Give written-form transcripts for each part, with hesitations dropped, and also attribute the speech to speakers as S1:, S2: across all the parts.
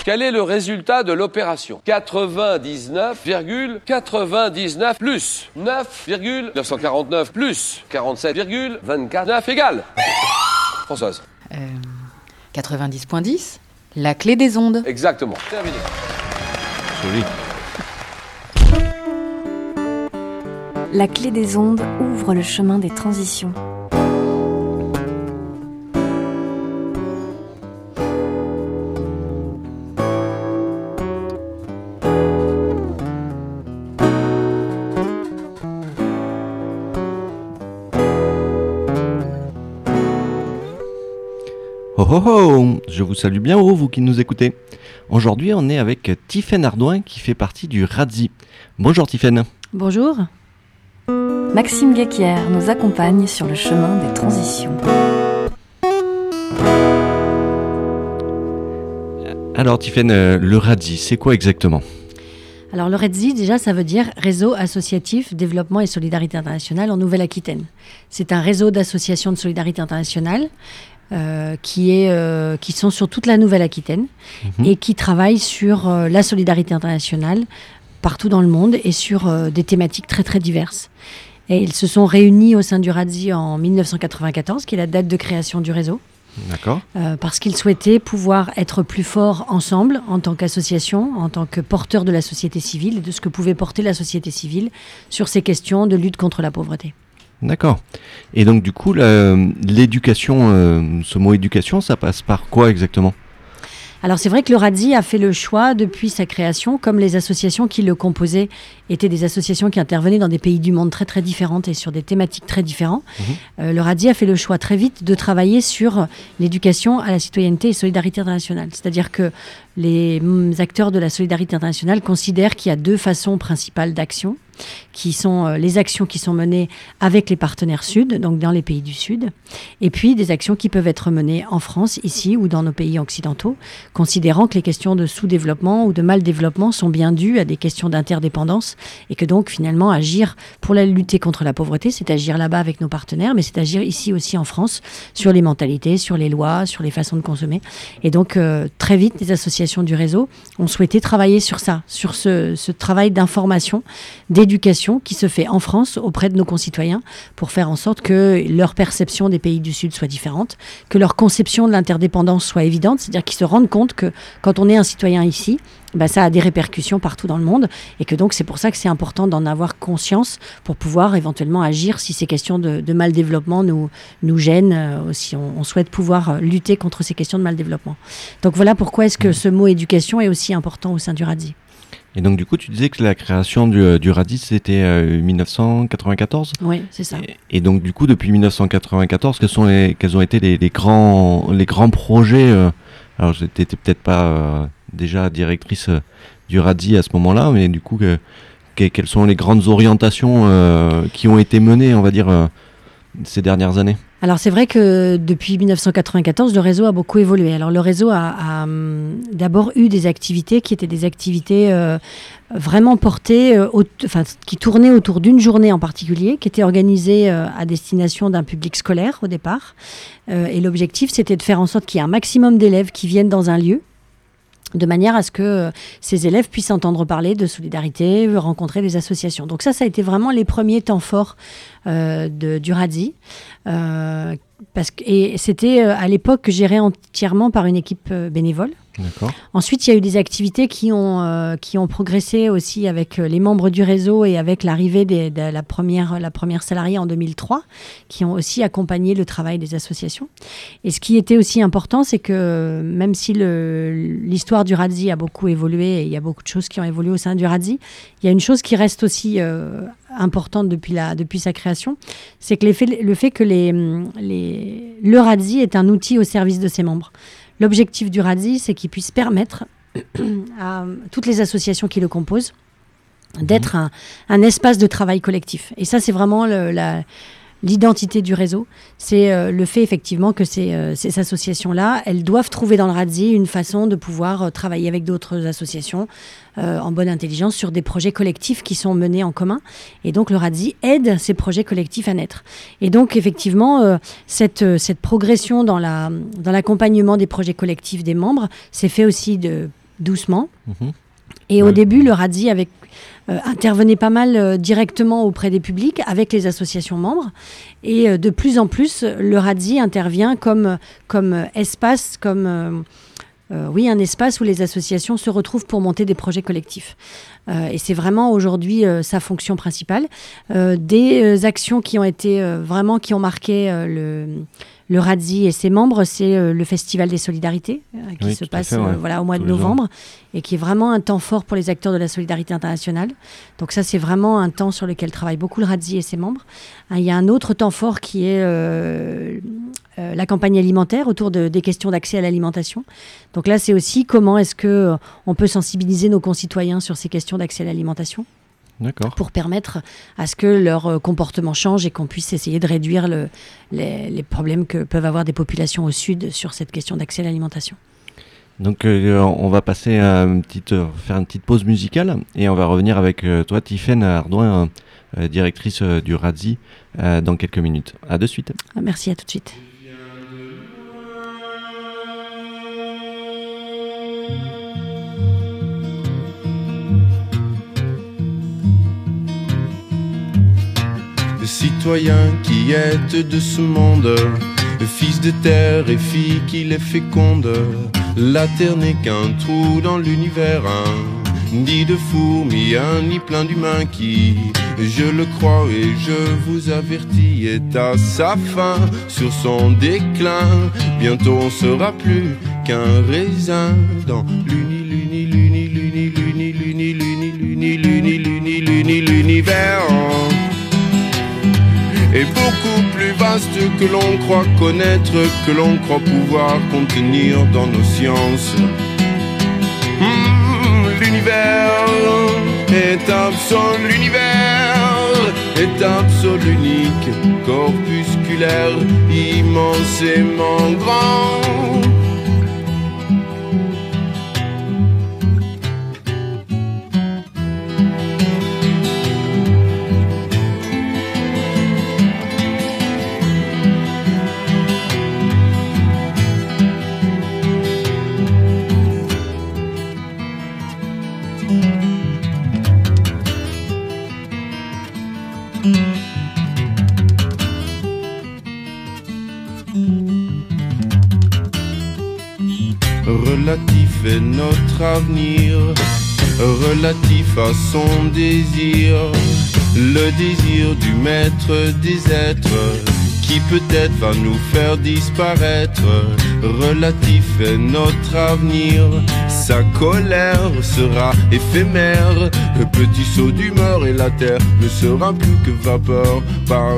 S1: Quel est le résultat de l'opération? 99,99 plus 9,949 plus 47,249 égale. Françoise.
S2: 90.10, la clé des ondes.
S1: Exactement. Terminé.
S3: Joli.
S4: La clé des ondes ouvre le chemin des transitions.
S3: Oh oh oh, je vous salue bien haut, vous qui nous écoutez. Aujourd'hui, on est avec Tiffaine Ardouin qui fait partie du RADSI. Bonjour Tiffaine.
S2: Bonjour.
S4: Maxime Guéquière nous accompagne sur le chemin des transitions.
S3: Alors Tiffaine, le RADSI, c'est quoi exactement ?
S2: Alors le RADSI, déjà, ça veut dire Réseau Associatif Développement et Solidarité Internationale en Nouvelle-Aquitaine. C'est un réseau d'associations de solidarité internationale qui sont sur toute la Nouvelle-Aquitaine et qui travaillent sur la solidarité internationale partout dans le monde et sur des thématiques très très diverses. Et ils se sont réunis au sein du RADSI en 1994, qui est la date de création du réseau.
S3: D'accord.
S2: Parce qu'ils souhaitaient pouvoir être plus forts ensemble en tant qu'association, en tant que porteurs de la société civile et de ce que pouvait porter la société civile sur ces questions de lutte contre la pauvreté.
S3: D'accord. Et donc du coup, l'éducation, ce mot éducation, ça passe par quoi exactement ?
S2: Alors c'est vrai que le RADSI a fait le choix depuis sa création, comme les associations qui le composaient étaient des associations qui intervenaient dans des pays du monde très très différentes et sur des thématiques très différentes. Le RADSI a fait le choix très vite de travailler sur l'éducation à la citoyenneté et solidarité internationale. C'est-à-dire que les acteurs de la solidarité internationale considèrent qu'il y a deux façons principales d'action, qui sont les actions qui sont menées avec les partenaires sud, donc dans les pays du sud, et puis des actions qui peuvent être menées en France, ici ou dans nos pays occidentaux, considérant que les questions de sous-développement ou de mal-développement sont bien dues à des questions d'interdépendance et que donc finalement agir pour lutter contre la pauvreté, c'est agir là-bas avec nos partenaires, mais c'est agir ici aussi en France sur les mentalités, sur les lois, sur les façons de consommer. Et donc très vite, les associations du réseau ont souhaité travailler sur ça, sur ce travail d'information, d'éducation qui se fait en France auprès de nos concitoyens pour faire en sorte que leur perception des pays du Sud soit différente, que leur conception de l'interdépendance soit évidente, c'est-à-dire qu'ils se rendent compte que quand on est un citoyen ici, ça a des répercussions partout dans le monde et que donc c'est pour ça que c'est important d'en avoir conscience pour pouvoir éventuellement agir si ces questions de mal-développement nous gênent, si on souhaite pouvoir lutter contre ces questions de mal-développement. Donc voilà pourquoi est-ce que ce mot éducation est aussi important au sein du RADSI.
S3: Et donc du coup, tu disais que la création du RADSI, c'était 1994 ?
S2: Oui, c'est ça.
S3: Et donc du coup, depuis 1994, quels ont été les grands projets alors, je n'étais peut-être pas déjà directrice du RADSI à ce moment-là, mais du coup, quelles sont les grandes orientations qui ont été menées, on va dire, ces dernières années ?
S2: Alors c'est vrai que depuis 1994, le réseau a beaucoup évolué. Alors le réseau a d'abord eu des activités qui étaient des activités vraiment portées, qui tournaient autour d'une journée en particulier, qui était organisée à destination d'un public scolaire au départ. Et l'objectif, c'était de faire en sorte qu'il y ait un maximum d'élèves qui viennent dans un lieu, de manière à ce que ces élèves puissent entendre parler de solidarité, rencontrer des associations. Donc ça a été vraiment les premiers temps forts du RADSI. Et c'était à l'époque géré entièrement par une équipe bénévole.
S3: D'accord.
S2: Ensuite, il y a eu des activités qui ont progressé aussi avec les membres du réseau et avec l'arrivée de la première salariée en 2003, qui ont aussi accompagné le travail des associations. Et ce qui était aussi important, c'est que même si l'histoire du RADSI a beaucoup évolué, et il y a beaucoup de choses qui ont évolué au sein du RADSI, il y a une chose qui reste aussi importante depuis sa création, c'est que le fait que le RADSI est un outil au service de ses membres. L'objectif du RADSI, c'est qu'il puisse permettre à toutes les associations qui le composent d'être un espace de travail collectif. Et ça, c'est vraiment l'identité du réseau. C'est le fait effectivement que ces associations-là, elles doivent trouver dans le RADSI une façon de pouvoir travailler avec d'autres associations en bonne intelligence sur des projets collectifs qui sont menés en commun. Et donc le RADSI aide ces projets collectifs à naître. Et donc effectivement, cette progression dans l'accompagnement des projets collectifs des membres s'est fait aussi doucement.
S3: Mhm.
S2: Et au début, le RADI intervenait pas mal directement auprès des publics avec les associations membres. Et de plus en plus, le RADI intervient comme espace, un espace où les associations se retrouvent pour monter des projets collectifs. Et c'est vraiment aujourd'hui sa fonction principale. Des actions qui ont été qui ont marqué le RADI et ses membres, c'est le Festival des Solidarités qui se passe au mois de novembre et qui est vraiment un temps fort pour les acteurs de la solidarité internationale. Donc ça, c'est vraiment un temps sur lequel travaille beaucoup le RADI et ses membres. Il y a un autre temps fort qui est la campagne alimentaire autour des questions d'accès à l'alimentation. Donc là, c'est aussi comment est-ce qu'on peut sensibiliser nos concitoyens sur ces questions d'accès à l'alimentation.
S3: D'accord.
S2: Pour permettre à ce que leur comportement change et qu'on puisse essayer de réduire les problèmes que peuvent avoir des populations au sud sur cette question d'accès à l'alimentation.
S3: Donc on va passer faire une petite pause musicale et on va revenir avec toi, Tiffaine Ardouin, directrice du RADI, dans quelques minutes. À de suite.
S2: Merci, à tout de suite.
S5: Citoyens qui êtes de ce monde, fils de terre et filles qui les fécondent, la terre n'est qu'un trou dans l'univers, ni de fourmis, ni plein d'humains qui, je le crois et je vous avertis, est à sa fin, sur son déclin. Bientôt on sera plus qu'un raisin dans l'univers. Est beaucoup plus vaste que l'on croit connaître, que l'on croit pouvoir contenir dans nos sciences. L'univers est absolu, l'univers est absolu, unique, corpusculaire, immensément grand. Relatif est notre avenir, relatif à son désir, le désir du maître des êtres, qui peut-être va nous faire disparaître. Relatif est notre avenir, sa colère sera éphémère, le petit saut d'humeur et la terre ne sera plus que vapeur. Par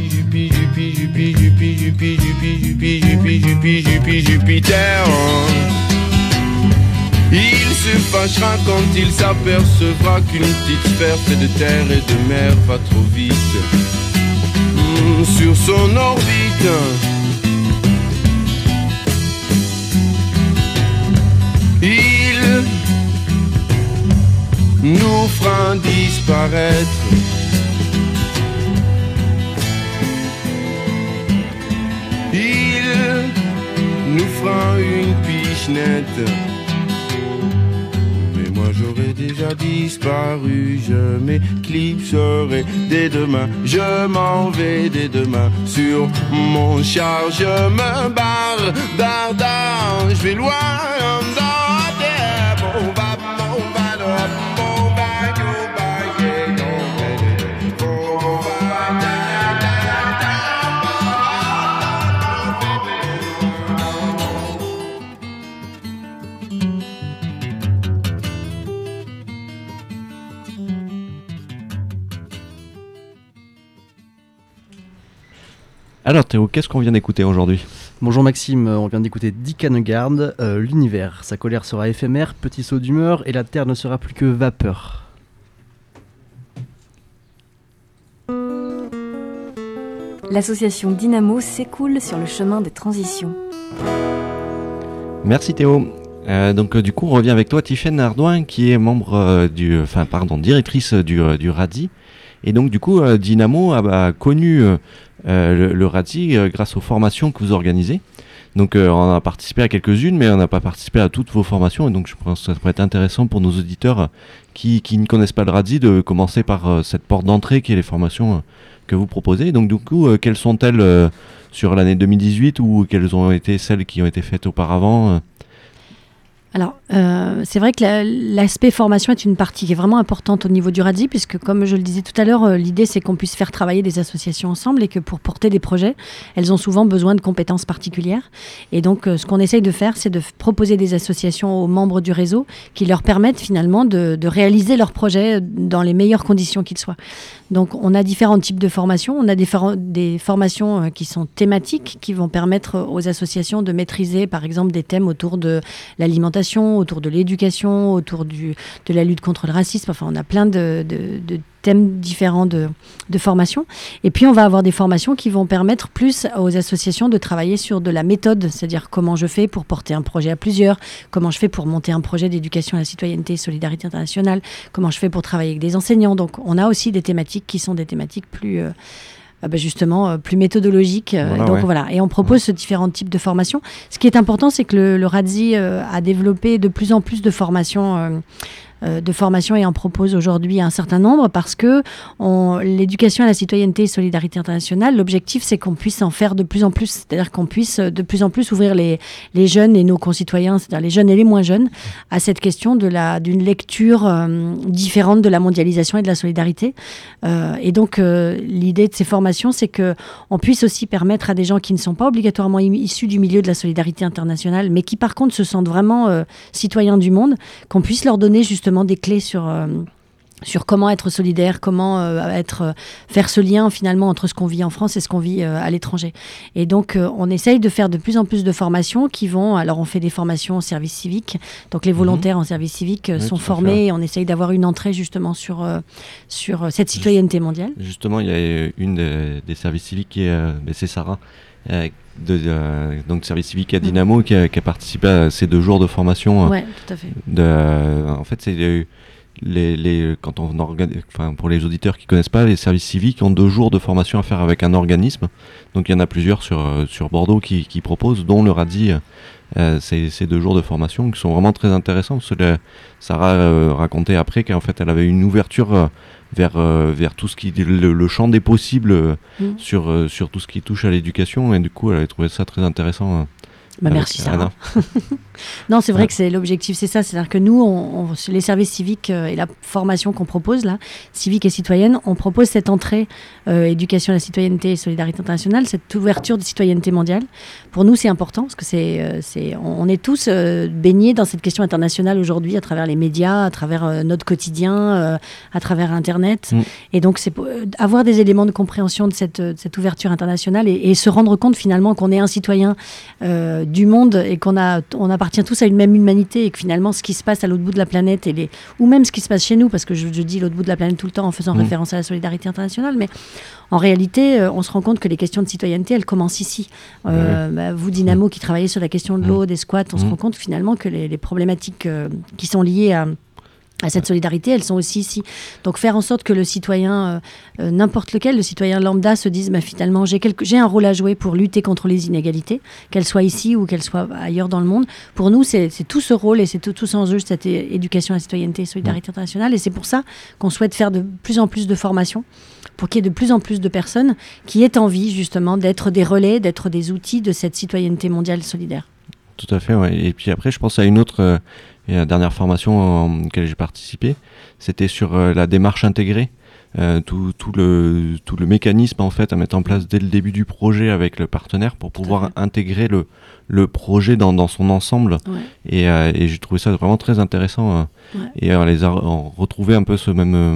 S5: Jupiter, il se fâchera quand il s'apercevra qu'une petite sphère faite de terre et de mer va trop vite sur son orbite. Il nous fera disparaître. Il nous fera une pichenette. J'aurais déjà disparu, je m'éclipserai dès demain. Je m'en vais dès demain sur mon char. Je me barre, dardard, je vais loin dans terre. Mon va,
S3: Alors Théo, qu'est-ce qu'on vient d'écouter aujourd'hui ?
S6: Bonjour Maxime, on vient d'écouter Dick Hanegard, l'univers. Sa colère sera éphémère, petit saut d'humeur et la terre ne sera plus que vapeur.
S4: L'association Dynamo s'écoule sur le chemin des transitions.
S3: Merci Théo. Donc du coup on revient avec toi Tiffaine Ardouin qui est directrice du RADI. Et donc du coup Dynamo a connu le RADI grâce aux formations que vous organisez. Donc on a participé à quelques-unes, mais on n'a pas participé à toutes vos formations. Et donc je pense que ça pourrait être intéressant pour nos auditeurs qui ne connaissent pas le RADI de commencer par cette porte d'entrée qui est les formations que vous proposez. Donc du coup, quelles sont-elles sur l'année 2018 ou quelles ont été celles qui ont été faites auparavant
S2: Alors, c'est vrai que l'aspect formation est une partie qui est vraiment importante au niveau du RADI, puisque comme je le disais tout à l'heure, l'idée c'est qu'on puisse faire travailler des associations ensemble et que pour porter des projets, elles ont souvent besoin de compétences particulières. Et donc, ce qu'on essaye de faire, c'est de proposer des associations aux membres du réseau qui leur permettent finalement de réaliser leurs projets dans les meilleures conditions qu'ils soient. Donc, on a différents types de formations. On a des formations qui sont thématiques, qui vont permettre aux associations de maîtriser, par exemple, des thèmes autour de l'alimentation, autour de l'éducation, autour de la lutte contre le racisme. Enfin, on a plein de thèmes différents de formation. Et puis, on va avoir des formations qui vont permettre plus aux associations de travailler sur de la méthode, c'est-à-dire comment je fais pour porter un projet à plusieurs, comment je fais pour monter un projet d'éducation à la citoyenneté et solidarité internationale, comment je fais pour travailler avec des enseignants. Donc, on a aussi des thématiques qui sont des thématiques plus... justement plus méthodologique. Voilà. Et on propose ce différents types de formations. Ce qui est important, c'est que le RADSI a développé de plus en plus de formations et en propose aujourd'hui un certain nombre parce que l'éducation à la citoyenneté et solidarité internationale, l'objectif c'est qu'on puisse en faire de plus en plus, c'est-à-dire qu'on puisse de plus en plus ouvrir les jeunes et nos concitoyens, c'est-à-dire les jeunes et les moins jeunes, à cette question d'une lecture différente de la mondialisation et de la solidarité. Et donc l'idée de ces formations, c'est qu'on puisse aussi permettre à des gens qui ne sont pas obligatoirement issus du milieu de la solidarité internationale, mais qui par contre se sentent vraiment citoyens du monde, qu'on puisse leur donner justement des clés sur comment être solidaire, comment faire ce lien finalement entre ce qu'on vit en France et ce qu'on vit à l'étranger. Et donc on essaye de faire de plus en plus de formations qui vont, alors on fait des formations au service civique, donc les volontaires en service civique sont formés et on essaye d'avoir une entrée justement sur cette citoyenneté mondiale.
S3: Justement, il y a une des services civiques qui est, c'est Sarah, donc service civique à Dynamo qui a participé à ces 2 jours de formation.
S2: Ouais, tout à fait.
S3: En fait, c'est quand on organise, pour les auditeurs qui connaissent pas, les services civiques ont 2 jours de formation à faire avec un organisme. Donc il y en a plusieurs sur Bordeaux qui proposent, dont le RADI. Ces 2 jours de formation qui sont vraiment très intéressants. Sarah racontait après qu'en fait elle avait une ouverture vers tout ce qui le champ des possibles sur tout ce qui touche à l'éducation et du coup elle avait trouvé ça très intéressant.
S2: Merci Sarah. Non, c'est vrai que c'est l'objectif, c'est ça. C'est-à-dire que nous, les services civiques et la formation qu'on propose, là, civique et citoyenne, on propose cette entrée éducation à la citoyenneté et solidarité internationale, cette ouverture de citoyenneté mondiale. Pour nous, c'est important parce que on est tous baignés dans cette question internationale aujourd'hui à travers les médias, à travers notre quotidien, à travers Internet. Et donc, c'est avoir des éléments de compréhension de cette ouverture internationale et se rendre compte finalement qu'on est un citoyen du monde et qu'on appartient tous à une même humanité et que finalement ce qui se passe à l'autre bout de la planète ou même ce qui se passe chez nous, parce que je dis l'autre bout de la planète tout le temps en faisant référence à la solidarité internationale, mais en réalité on se rend compte que les questions de citoyenneté elles commencent ici. Vous Dynamo qui travaillez sur la question de l'eau, des squats, on se rend compte finalement que les problématiques qui sont liées à cette solidarité, elles sont aussi ici. Donc faire en sorte que le citoyen, n'importe lequel, le citoyen lambda se dise finalement j'ai un rôle à jouer pour lutter contre les inégalités, qu'elles soient ici ou qu'elles soient ailleurs dans le monde. Pour nous, c'est tout ce rôle et c'est tout ce enjeu de cette éducation à la citoyenneté et solidarité internationale. Et c'est pour ça qu'on souhaite faire de plus en plus de formations pour qu'il y ait de plus en plus de personnes qui aient envie justement d'être des relais, d'être des outils de cette citoyenneté mondiale solidaire.
S3: Tout à fait, ouais. Et puis après, je pense à une autre... Et la dernière formation à laquelle j'ai participé, c'était sur la démarche intégrée, tout le mécanisme en fait à mettre en place dès le début du projet avec le partenaire pour pouvoir intégrer le projet dans son ensemble. Ouais. Et j'ai trouvé ça vraiment très intéressant. Et on retrouvait un peu ce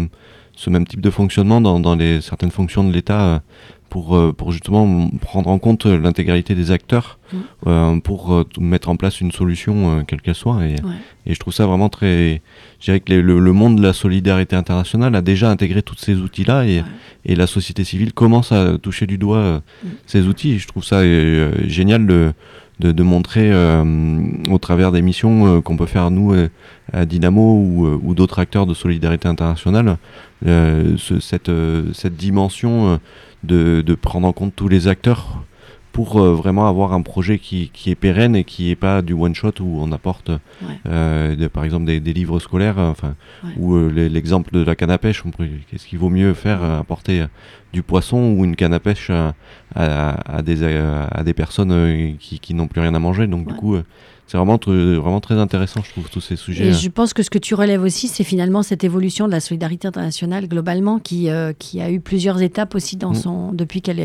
S3: même type de fonctionnement dans certaines fonctions de l'État. Pour justement prendre en compte l'intégralité des acteurs pour mettre en place une solution quelle qu'elle soit et je trouve ça vraiment très... Je dirais que le monde de la solidarité internationale a déjà intégré tous ces outils-là et la société civile commence à toucher du doigt ces outils et je trouve ça génial de montrer au travers des missions qu'on peut faire nous à Dynamo ou d'autres acteurs de solidarité internationale cette dimension de prendre en compte tous les acteurs pour vraiment avoir un projet qui est pérenne et qui n'est pas du one-shot où on apporte par exemple des livres scolaires, ou l'exemple de la canne à pêche. Qu'est-ce qu'il vaut mieux faire, apporter du poisson ou une canne à pêche à des personnes qui n'ont plus rien à manger. Donc du coup, c'est vraiment très intéressant, je trouve, tous ces sujets.
S2: Et je pense que ce que tu relèves aussi, c'est finalement cette évolution de la solidarité internationale globalement qui a eu plusieurs étapes aussi depuis que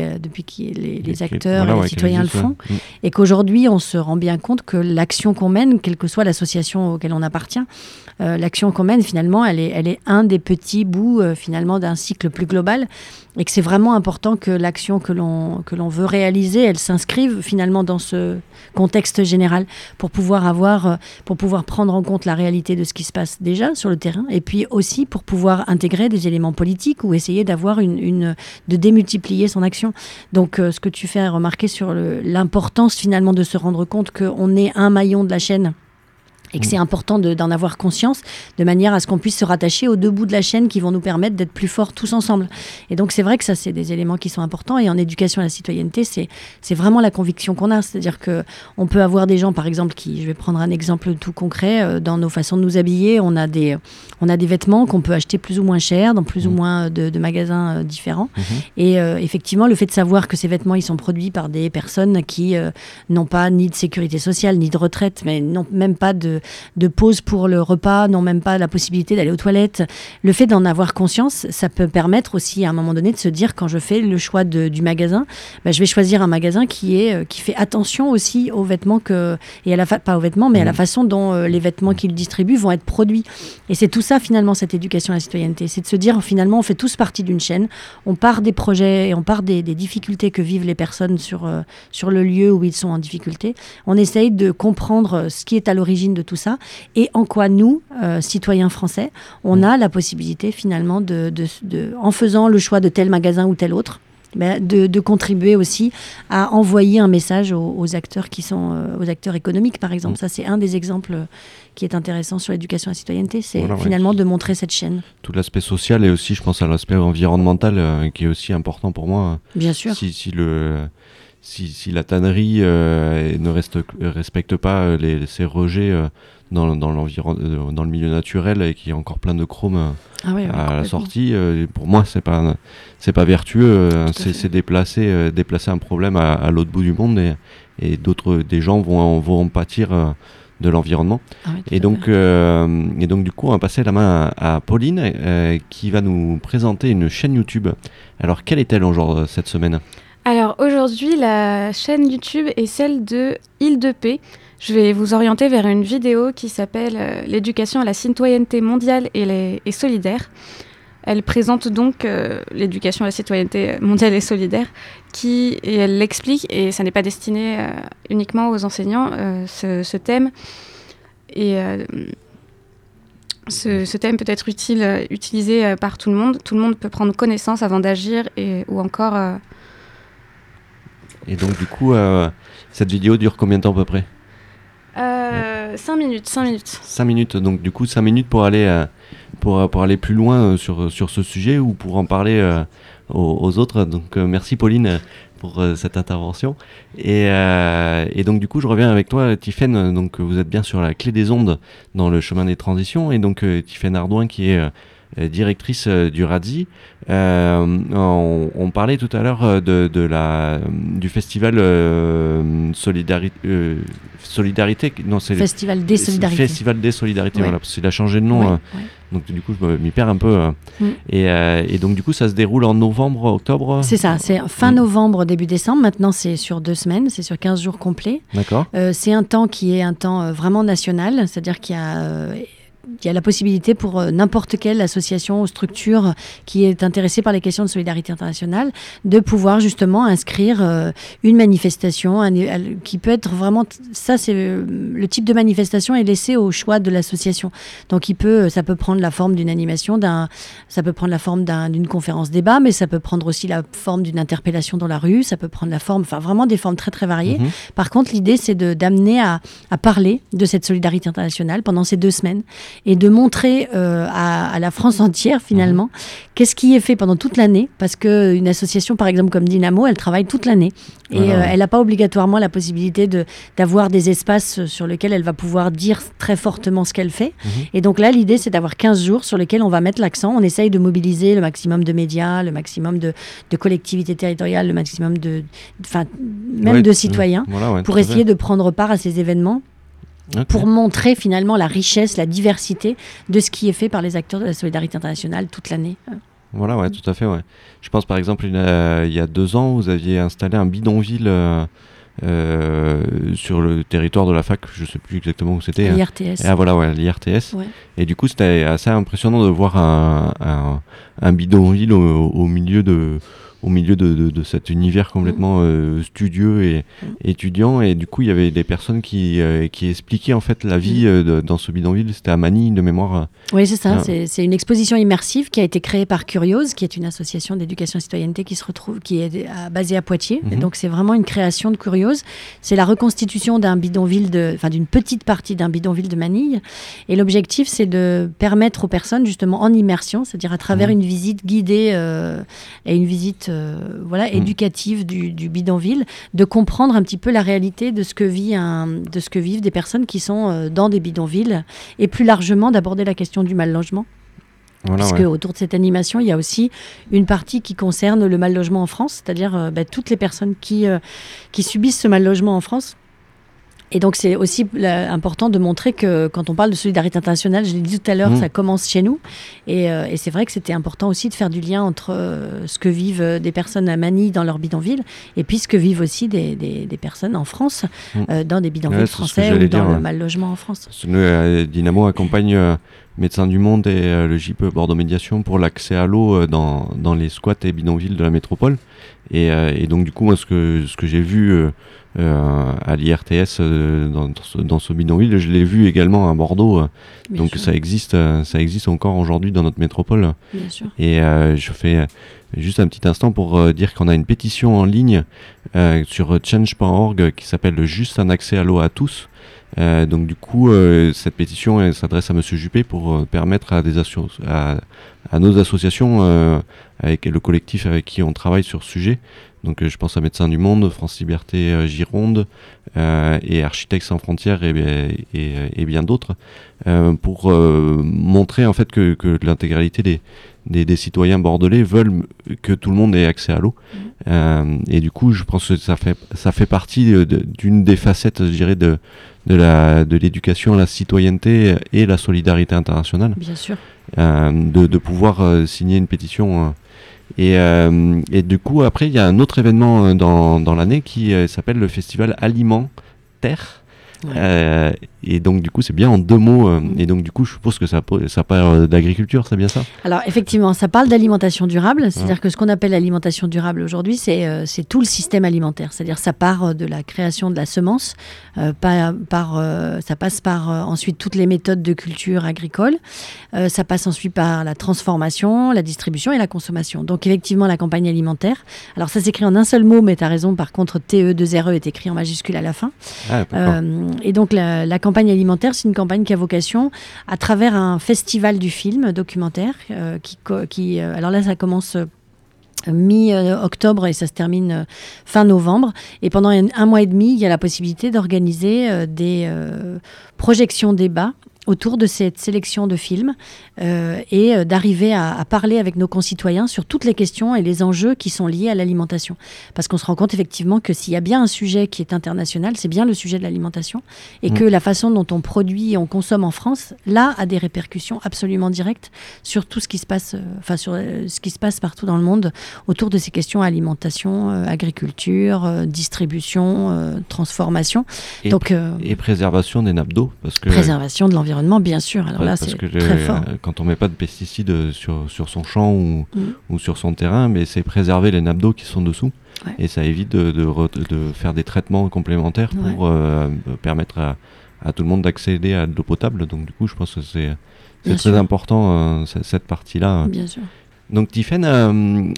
S2: les acteurs et les citoyens le font. Et qu'aujourd'hui, on se rend bien compte que l'action qu'on mène, quelle que soit l'association auquel on appartient, l'action qu'on mène, finalement, elle est un des petits bouts finalement d'un cycle plus global. Et que c'est vraiment important que l'action que l'on veut réaliser, elle s'inscrive finalement dans ce contexte général pour pouvoir prendre en compte la réalité de ce qui se passe déjà sur le terrain, et puis aussi pour pouvoir intégrer des éléments politiques ou essayer de démultiplier son action. Donc ce que tu fais remarquer sur l'importance finalement de se rendre compte qu'on est un maillon de la chaîne, et que c'est important d'en avoir conscience, de manière à ce qu'on puisse se rattacher aux deux bouts de la chaîne qui vont nous permettre d'être plus forts tous ensemble. Et donc c'est vrai que ça, c'est des éléments qui sont importants, et en éducation à la citoyenneté, c'est vraiment la conviction qu'on a. C'est-à-dire qu'on peut avoir des gens, par exemple, je vais prendre un exemple tout concret, dans nos façons de nous habiller, on a des vêtements qu'on peut acheter plus ou moins cher, dans plus ou moins de magasins différents. Et effectivement, le fait de savoir que ces vêtements, ils sont produits par des personnes qui n'ont pas ni de sécurité sociale, ni de retraite, mais n'ont même pas de pause pour le repas, n'ont même pas la possibilité d'aller aux toilettes. Le fait d'en avoir conscience, ça peut permettre aussi à un moment donné de se dire, quand je fais le choix du magasin, je vais choisir un magasin qui fait attention aussi aux vêtements et pas aux vêtements, mais à la façon dont les vêtements qu'il distribue vont être produits. Et c'est tout ça finalement, cette éducation à la citoyenneté, c'est de se dire finalement on fait tous partie d'une chaîne, on part des projets et on part des difficultés que vivent les personnes sur le lieu où ils sont en difficulté. On essaye de comprendre ce qui est à l'origine de tout ça, et en quoi nous, citoyens français, on a la possibilité finalement en faisant le choix de tel magasin ou tel autre, de contribuer aussi à envoyer un message aux acteurs qui sont aux acteurs économiques, par exemple. Ça, c'est un des exemples qui est intéressant sur l'éducation à la citoyenneté, c'est finalement de montrer cette chaîne.
S3: Tout l'aspect social, et aussi, je pense, à l'aspect environnemental qui est aussi important pour moi.
S2: Bien sûr.
S3: Si la tannerie ne respecte pas ces rejets dans le milieu naturel, et qu'il y a encore plein de chrome à la sortie, pour moi c'est pas vertueux. C'est déplacer un problème à l'autre bout du monde, et des gens vont pâtir de l'environnement. Et donc du coup on va passer la main à Pauline qui va nous présenter une chaîne YouTube. Alors quelle est-elle cette semaine ?
S7: Alors aujourd'hui, la chaîne YouTube est celle de Île de Paix. Je vais vous orienter vers une vidéo qui s'appelle « L'éducation à la citoyenneté mondiale et solidaire ». Elle présente donc l'éducation à la citoyenneté mondiale et solidaire, et elle l'explique, et ça n'est pas destiné uniquement aux enseignants, ce thème. Et ce thème peut être utilisé par tout le monde. Tout le monde peut prendre connaissance avant d'agir, ou encore...
S3: Et donc du coup, cette vidéo dure combien de temps à peu près ?
S7: 5 minutes.
S3: 5 minutes, donc du coup 5 minutes pour aller plus loin sur ce sujet, ou pour en parler aux autres. Donc merci Pauline pour cette intervention. Et donc du coup je reviens avec toi Tiffaine. Donc vous êtes bien sur la clé des ondes dans le chemin des transitions, et donc Tiffaine Ardouin qui est directrice du RADSI. On parlait tout à l'heure du festival Solidarité. Non, c'est
S2: Festival des Solidarités.
S3: Festival des Solidarités, voilà, parce qu'il a changé de nom. Donc du coup, je m'y perds un peu. Et donc du coup, ça se déroule en novembre, octobre.
S2: C'est ça, c'est fin novembre, début décembre. Maintenant, c'est sur 2 semaines, c'est sur 15 jours complets.
S3: D'accord.
S2: C'est un temps qui est un temps vraiment national, c'est-à-dire qu'il y a la possibilité pour n'importe quelle association ou structure qui est intéressée par les questions de solidarité internationale de pouvoir justement inscrire une manifestation qui peut être vraiment... Ça, c'est le type de manifestation est laissé au choix de l'association. Donc, ça peut prendre la forme d'une animation, ça peut prendre la forme d'une conférence débat, mais ça peut prendre aussi la forme d'une interpellation dans la rue, ça peut prendre la forme... Enfin, vraiment des formes très, très variées. Par contre, l'idée, c'est d'amener à parler de cette solidarité internationale pendant ces 2 semaines. et de montrer à la France entière finalement qu'est-ce qui est fait pendant toute l'année, parce qu'une association par exemple comme Dynamo, elle travaille toute l'année et elle n'a pas obligatoirement la possibilité d'avoir des espaces sur lesquels elle va pouvoir dire très fortement ce qu'elle fait. Et donc là, l'idée, c'est d'avoir 15 jours sur lesquels on va mettre l'accent. On essaye de mobiliser le maximum de médias, le maximum de collectivités territoriales, le maximum de citoyens pour essayer de prendre part à ces événements. Pour montrer finalement la richesse, la diversité de ce qui est fait par les acteurs de la solidarité internationale toute l'année.
S3: Voilà, ouais, tout à fait, ouais. Je pense par exemple, il y a 2 ans, vous aviez installé un bidonville sur le territoire de la fac, je ne sais plus exactement où c'était.
S2: L'IRTS.
S3: Ah voilà, ouais, l'IRTS.
S2: Ouais.
S3: Et du coup, c'était assez impressionnant de voir un bidonville au milieu de cet univers complètement studieux et étudiant. Et du coup, il y avait des personnes qui expliquaient en fait la vie dans ce bidonville. C'était à Manille, de mémoire.
S2: Oui, c'est ça. C'est une exposition immersive qui a été créée par Curiose, qui est une association d'éducation et citoyenneté qui est basée à Poitiers. Et donc, c'est vraiment une création de Curiose. C'est la reconstitution d'un bidonville d'une petite partie d'un bidonville de Manille. Et l'objectif, c'est de permettre aux personnes, justement, en immersion, c'est-à-dire à travers une visite guidée et une visite éducative du bidonville, de comprendre un petit peu la réalité de ce que vivent des personnes qui sont dans des bidonvilles, et plus largement d'aborder la question du mal logement. Voilà, puisque autour de cette animation, il y a aussi une partie qui concerne le mal logement en France, c'est-à-dire toutes les personnes qui subissent ce mal logement en France. Et donc, c'est aussi important de montrer que quand on parle de solidarité internationale, je l'ai dit tout à l'heure, ça commence chez nous. Et c'est vrai que c'était important aussi de faire du lien entre ce que vivent des personnes à Manille dans leur bidonville et puis ce que vivent aussi des personnes en France, dans des bidonvilles français ou dans le mal logement en France.
S3: Dynamo accompagne Médecins du Monde et le JIP Bordeaux Médiation pour l'accès à l'eau dans les squats et bidonvilles de la métropole. Et donc, du coup, moi, ce que j'ai vu à l'IRTS dans ce bidonville, je l'ai vu également à Bordeaux. Donc ça existe encore aujourd'hui dans notre métropole.
S2: Bien sûr.
S3: Et je fais juste un petit instant pour dire qu'on a une pétition en ligne sur change.org qui s'appelle Juste un accès à l'eau à tous. Donc du coup, cette pétition elle s'adresse à Monsieur Juppé pour permettre à nos associations, avec le collectif avec qui on travaille sur ce sujet. Donc je pense à Médecins du Monde, France Liberté Gironde et Architectes sans frontières et bien d'autres, pour montrer en fait que l'intégralité des citoyens bordelais veulent que tout le monde ait accès à l'eau. Et du coup, je pense que ça fait partie d'une des facettes, je dirais, de l'éducation, la citoyenneté et la solidarité internationale.
S2: Bien sûr.
S3: De pouvoir signer une pétition. Et du coup, après, il y a un autre événement dans l'année qui s'appelle le Festival Alimentaire. Ouais. Et donc, du coup, c'est bien en 2 mots. Et donc, du coup, je suppose que ça parle d'agriculture, c'est bien ça ?
S2: Alors, effectivement, ça parle d'alimentation durable. C'est-à-dire que ce qu'on appelle l'alimentation durable aujourd'hui, c'est tout le système alimentaire. C'est-à-dire ça part de la création de la semence, ça passe par ensuite toutes les méthodes de culture agricole. Ça passe ensuite par la transformation, la distribution et la consommation. Donc, effectivement, la campagne alimentaire. Alors, ça s'écrit en un seul mot, mais tu as raison. Par contre, TE2RE est écrit en majuscule à la fin. Et donc, la campagne alimentaire, c'est une campagne qui a vocation, à travers un festival du film documentaire, alors là, ça commence mi-octobre et ça se termine fin novembre. Et pendant un mois et demi, il y a la possibilité d'organiser des projections débats autour de cette sélection de films et d'arriver à parler avec nos concitoyens sur toutes les questions et les enjeux qui sont liés à l'alimentation. Parce qu'on se rend compte effectivement que s'il y a bien un sujet qui est international, c'est bien le sujet de l'alimentation et que la façon dont on produit et on consomme en France, là, a des répercussions absolument directes sur tout ce qui se passe, sur ce qui se passe partout dans le monde autour de ces questions alimentation, agriculture, distribution, transformation.
S3: Et préservation des nappes d'eau.
S2: Préservation de l'environnement, bien sûr. Alors là, c'est très fort.
S3: Quand on met pas de pesticides sur son champ ou sur son terrain, mais c'est préserver les nappes d'eau qui sont dessous. Ouais. Et ça évite de faire des traitements complémentaires pour permettre à tout le monde d'accéder à de l'eau potable. Donc du coup, je pense que c'est très important cette partie-là.
S2: Bien sûr.
S3: Donc Tiffaine,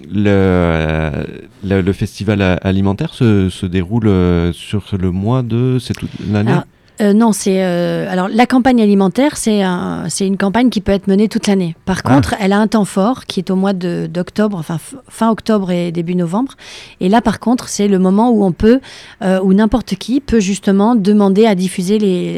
S3: le festival alimentaire se déroule sur le mois de... C'est toute l'année ?
S2: Non, alors la campagne alimentaire, c'est une campagne qui peut être menée toute l'année. Par contre, elle a un temps fort qui est au mois d'octobre, enfin fin octobre et début novembre. Et là, par contre, c'est le moment où on peut, où n'importe qui peut justement demander à diffuser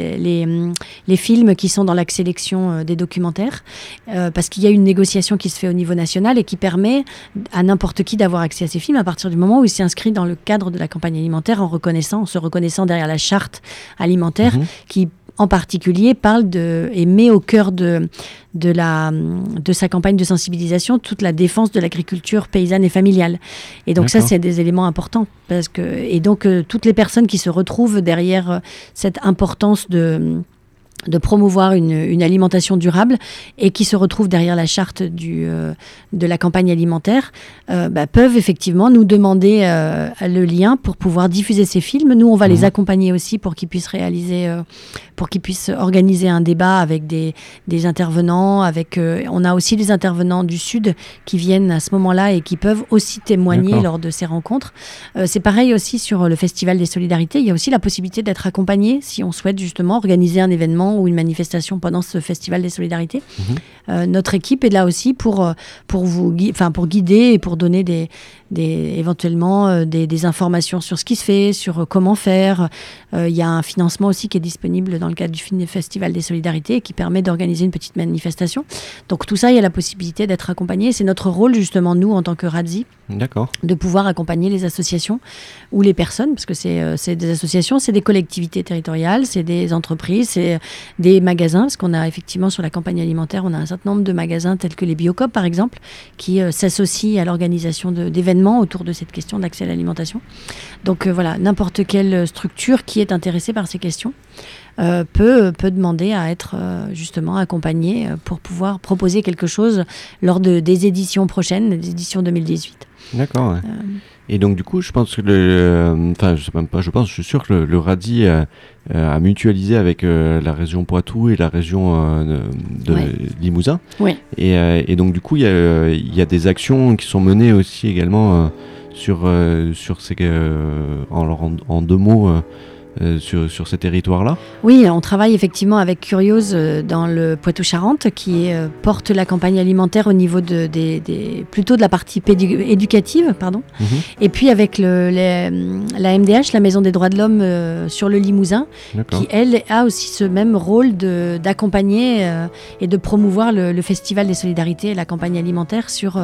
S2: les films qui sont dans la sélection des documentaires, parce qu'il y a une négociation qui se fait au niveau national et qui permet à n'importe qui d'avoir accès à ces films à partir du moment où il s'inscrit dans le cadre de la campagne alimentaire en se reconnaissant derrière la charte alimentaire. Qui en particulier parle et met au cœur de sa campagne de sensibilisation toute la défense de l'agriculture paysanne et familiale. Et donc ça, c'est des éléments importants. Et donc toutes les personnes qui se retrouvent derrière cette importance de promouvoir une alimentation durable et qui se retrouvent derrière la charte de la campagne alimentaire peuvent effectivement nous demander le lien pour pouvoir diffuser ces films. Nous, on va les accompagner aussi pour qu'ils puissent organiser un débat avec des intervenants. On a aussi des intervenants du Sud qui viennent à ce moment-là et qui peuvent aussi témoigner lors de ces rencontres. C'est pareil aussi sur le Festival des Solidarités. Il y a aussi la possibilité d'être accompagné si on souhaite justement organiser un événement ou une manifestation pendant ce Festival des Solidarités. Notre équipe est là aussi pour guider et pour donner éventuellement des informations sur ce qui se fait, sur comment faire. Il y a un financement aussi qui est disponible dans le cadre du Festival des Solidarités et qui permet d'organiser une petite manifestation. Donc tout ça, il y a la possibilité d'être accompagné. C'est notre rôle justement, nous, en tant que RADSI, de pouvoir accompagner les associations ou les personnes, parce que c'est des associations, c'est des collectivités territoriales, c'est des entreprises, c'est des magasins, parce qu'on a effectivement sur la campagne alimentaire, on a un certain nombre de magasins tels que les Biocoop par exemple, qui s'associent à l'organisation d'événements autour de cette question d'accès à l'alimentation. Donc voilà, n'importe quelle structure qui est intéressée par ces questions peut demander à être justement accompagnée pour pouvoir proposer quelque chose lors des éditions prochaines, des éditions 2018.
S3: D'accord, ouais. Et donc du coup, je pense que je suis sûr que le RADSI a mutualisé avec la région Poitou et la région de Limousin. Oui. Et donc du coup, il y a des actions qui sont menées aussi également sur ces en 2 mots. Sur ces territoires-là ?
S2: Oui, on travaille effectivement avec Curiose dans le Poitou-Charentes qui porte la campagne alimentaire au niveau plutôt de la partie éducative, pardon. Et puis avec la MDH, la Maison des droits de l'homme sur le Limousin, qui elle a aussi ce même rôle d'accompagner et de promouvoir le Festival des Solidarités et la campagne alimentaire sur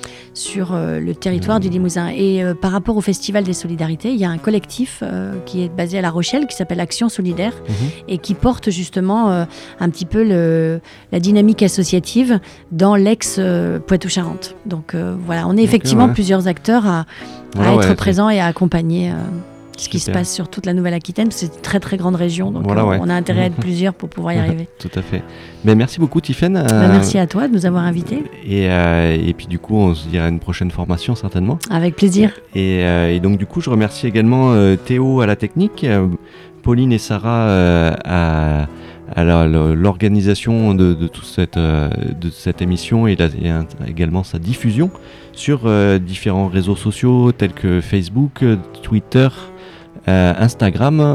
S2: le territoire du Limousin. Et par rapport au Festival des Solidarités, il y a un collectif qui est basé à La Rochelle qui s'appelle Action Solidaire et qui porte justement un petit peu la dynamique associative dans l'ex-Poitou-Charentes. Donc voilà, on est effectivement plusieurs acteurs à être présents et à accompagner ce qui se passe sur toute la Nouvelle-Aquitaine, parce que c'est une très très grande région, donc on a intérêt à être plusieurs pour pouvoir y arriver.
S3: Tout à fait. Mais merci beaucoup Tiffaine.
S2: Merci à toi de nous avoir invités.
S3: Et puis du coup, on se dira à une prochaine formation certainement.
S2: Avec plaisir.
S3: Et donc du coup, je remercie également Théo à la technique, Pauline et Sarah à l'organisation de cette émission et également sa diffusion sur différents réseaux sociaux tels que Facebook, Twitter, Instagram,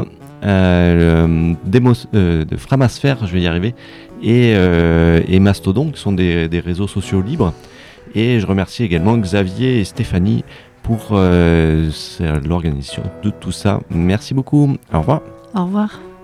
S3: de Framasphère, je vais y arriver, et Mastodon, qui sont des réseaux sociaux libres. Et je remercie également Xavier et Stéphanie pour l'organisation de tout ça. Merci beaucoup. Au revoir.
S2: Au revoir.